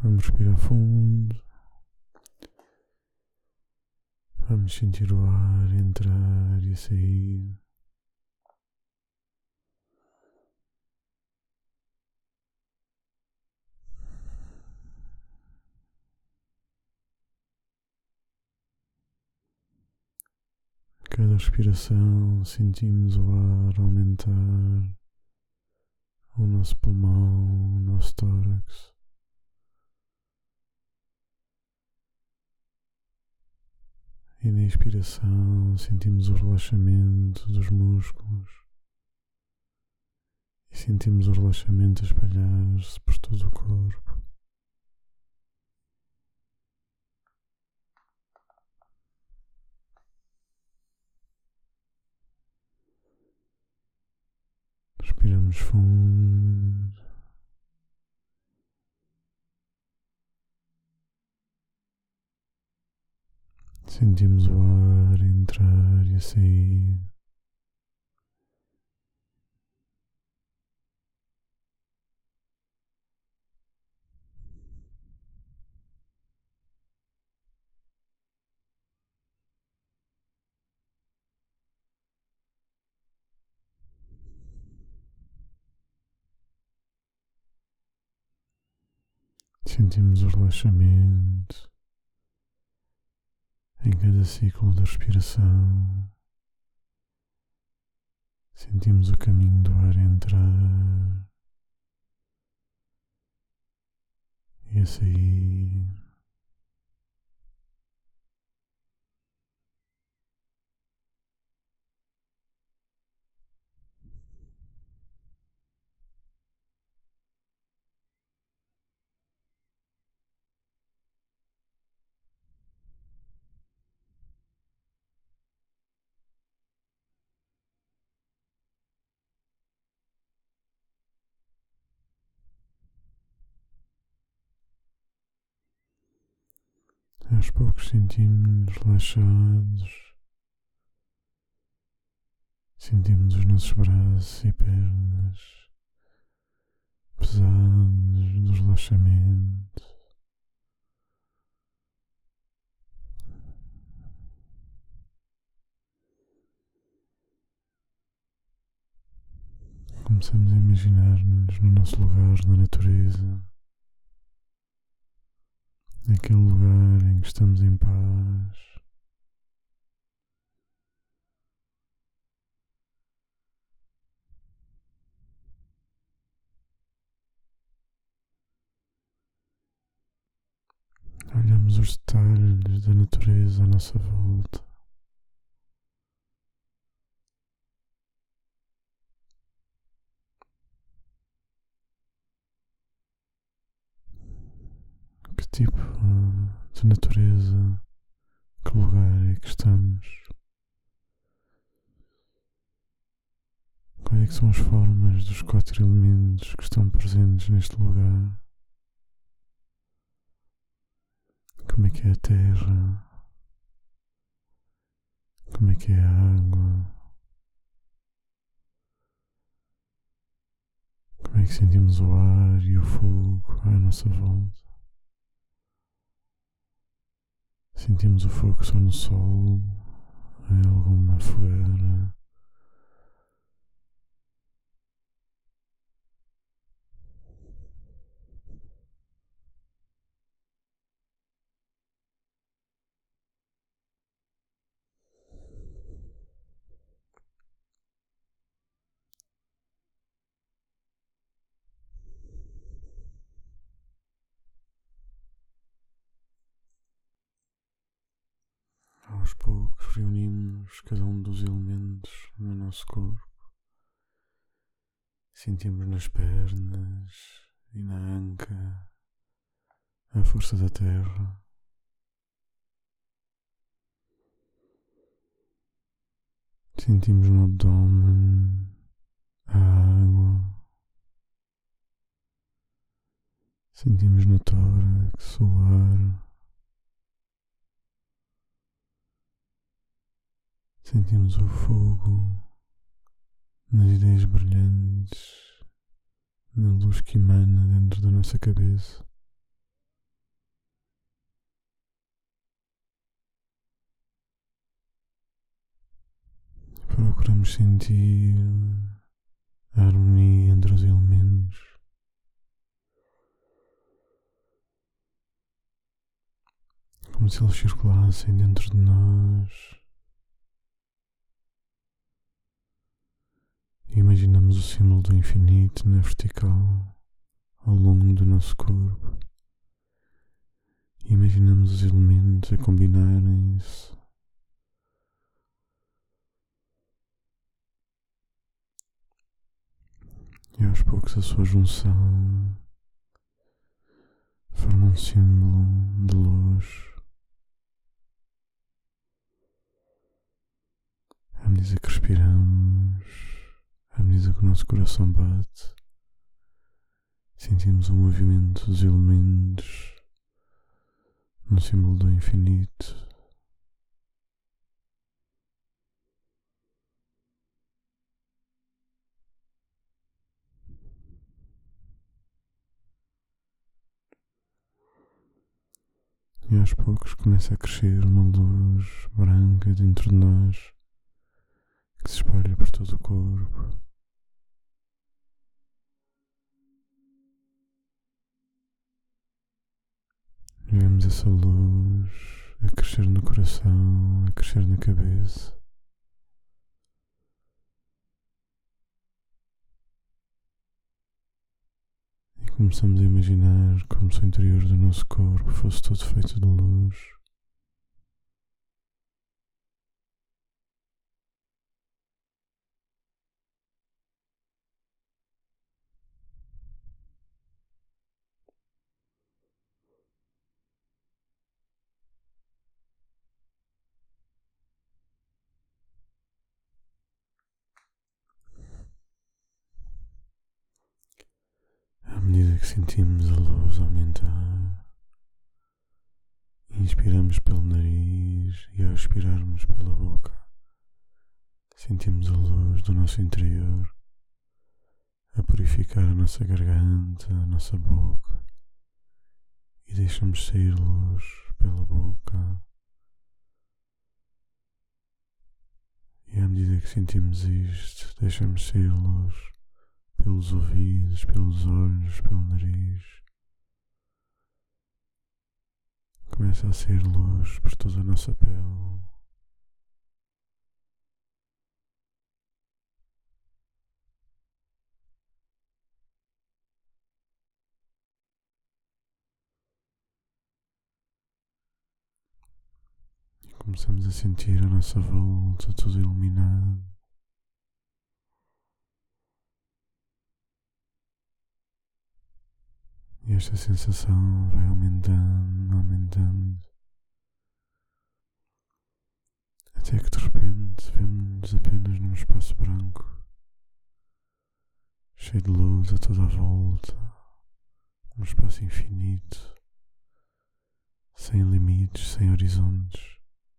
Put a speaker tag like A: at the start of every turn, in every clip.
A: Vamos respirar fundo. Vamos sentir o ar entrar e sair. Cada respiração sentimos o ar aumentar, o nosso pulmão, o nosso tórax. E na expiração sentimos o relaxamento dos músculos e sentimos o relaxamento a espalhar-se por todo o corpo. Respiramos fundo. Sentimos o ar entrar e sair. Sentimos o relaxamento em cada ciclo da respiração. Sentimos o caminho do ar a entrar e a sair. Aos poucos sentimos-nos relaxados, sentimos os nossos braços e pernas pesados do relaxamento. Começamos a imaginar-nos no nosso lugar na natureza, naquele lugar em que estamos em paz. Olhamos os detalhes da natureza à nossa volta. Que tipo de natureza, que lugar é que estamos? Quais é que são as formas dos 4 elementos que estão presentes neste lugar? Como é que é a terra? Como é que é a água? Como é que sentimos o ar e o fogo à nossa volta? Sentimos o fogo só no sol, em alguma fogueira. Aos poucos reunimos cada um dos elementos no nosso corpo. Sentimos nas pernas e na anca a força da terra. Sentimos no abdômen a água. Sentimos no tórax o ar. Sentimos o fogo nas ideias brilhantes, na luz que emana dentro da nossa cabeça. procuramos sentir a harmonia entre os elementos. Como se eles circulassem dentro de nós. E imaginamos o símbolo do infinito na vertical, ao longo do nosso corpo. E imaginamos os elementos a combinarem-se. E aos poucos a sua junção forma um símbolo de luz. À medida que respiramos, à medida que o nosso coração bate, sentimos o movimento dos elementos no símbolo do infinito. E aos poucos começa a crescer uma luz branca dentro de nós que se espalha por todo o corpo. E vemos essa luz a crescer no coração, a crescer na cabeça. E começamos a imaginar como se o interior do nosso corpo fosse todo feito de luz. À medida que sentimos a luz aumentar, inspiramos pelo nariz e ao expirarmos pela boca, sentimos a luz do nosso interior a purificar a nossa garganta, a nossa boca, e deixamos sair luz pela boca. E à medida que sentimos isto, deixamos sair luz pelos ouvidos, pelos olhos, pelo nariz. Começa a sair luz por toda a nossa pele. E começamos a sentir a nossa volta tudo iluminado. E esta sensação vai aumentando, aumentando, até que de repente vemos-nos apenas num espaço branco, cheio de luz a toda a volta, um espaço infinito, sem limites, sem horizontes.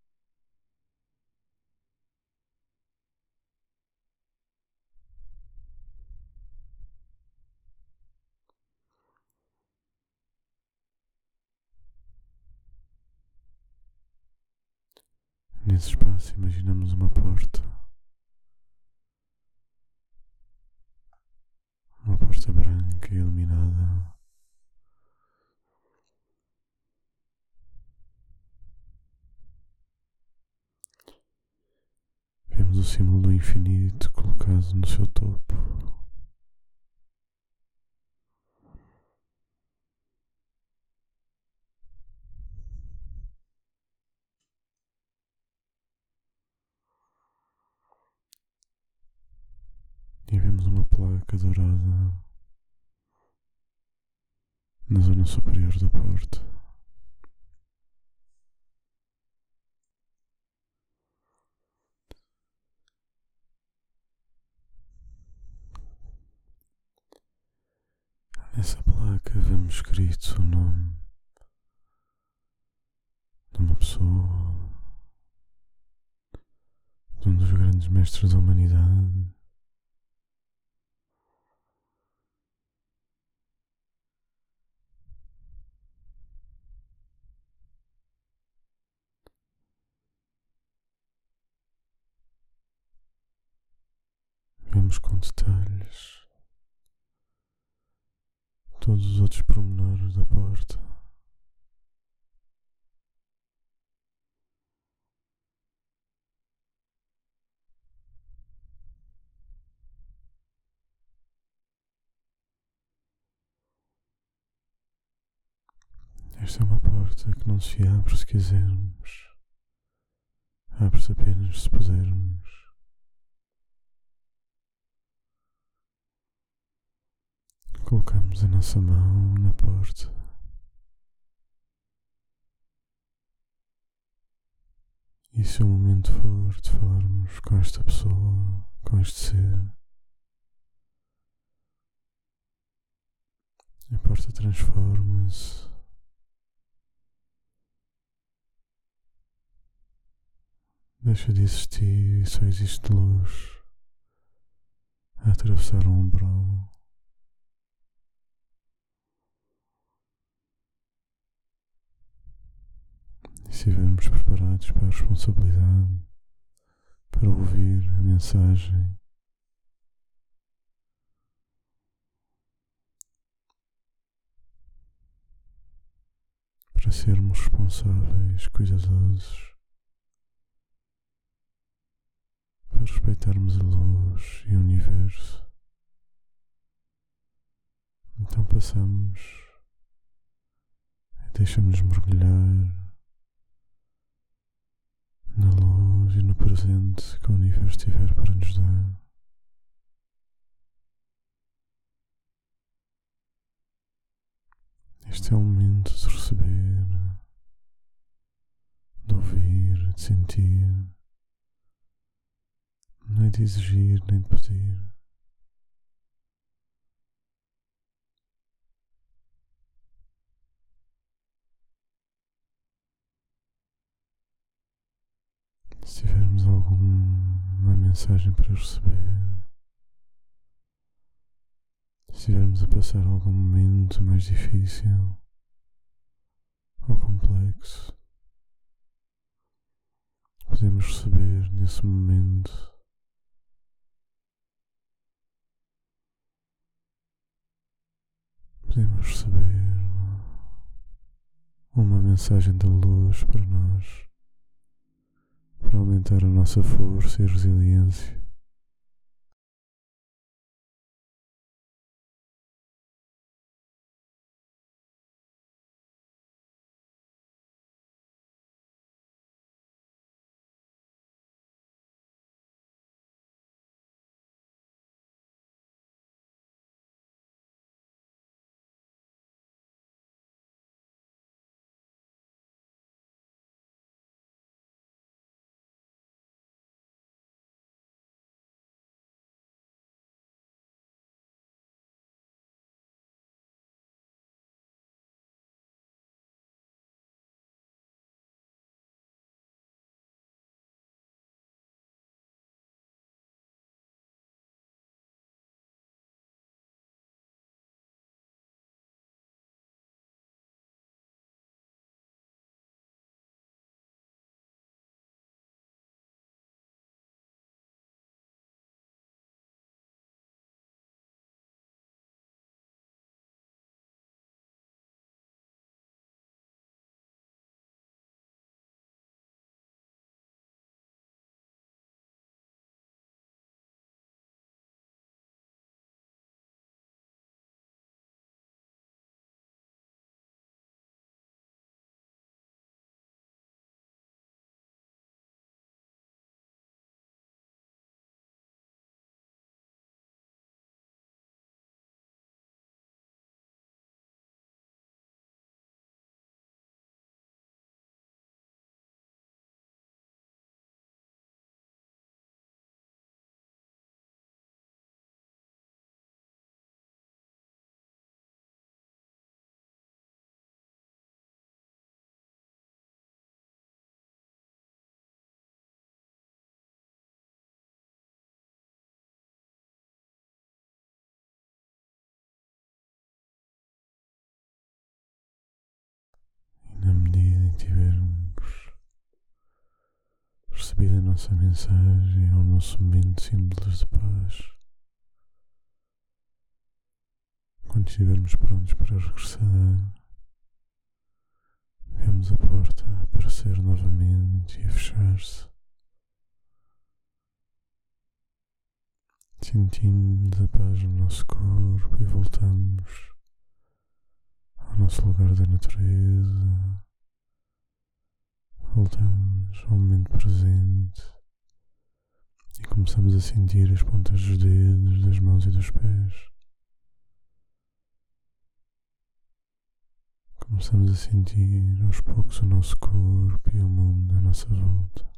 A: Nesse espaço imaginamos uma porta branca e iluminada. Vemos o símbolo do infinito colocado no seu topo. E vemos uma placa dourada na zona superior da porta. Nessa placa vemos escrito o nome de uma pessoa, de um dos grandes mestres da humanidade. investigamos com detalhes todos os outros pormenores da porta. Esta é uma porta que não se abre se quisermos, abre-se apenas se pudermos. Colocamos a nossa mão na porta e, se o momento for de falarmos com esta pessoa, com este ser, a porta transforma-se deixa de existir e só existe luz a atravessar um umbral. E se estivermos preparados para a responsabilidade, para ouvir a mensagem, para sermos responsáveis, cuidadosos, para respeitarmos a luz e o universo, então passamos e deixamos-nos mergulhar na luz e no presente que o universo tiver para nos dar. Este é o momento de receber, de ouvir, de sentir, não é de exigir nem de pedir. Se tivermos alguma mensagem para receber, se estivermos a passar algum momento mais difícil ou complexo, podemos receber nesse momento uma mensagem da luz para nós, para aumentar a nossa força e resiliência. Na medida em que tivermos recebido a nossa mensagem ou o nosso momento simples de paz, antes de estivermos prontos para regressar, vemos a porta aparecer novamente e a fechar-se. Sentimos a paz no nosso corpo e voltamos ao nosso lugar da natureza. Voltamos ao momento presente e começamos a sentir as pontas dos dedos, das mãos e dos pés. Começamos a sentir aos poucos o nosso corpo e o mundo à nossa volta.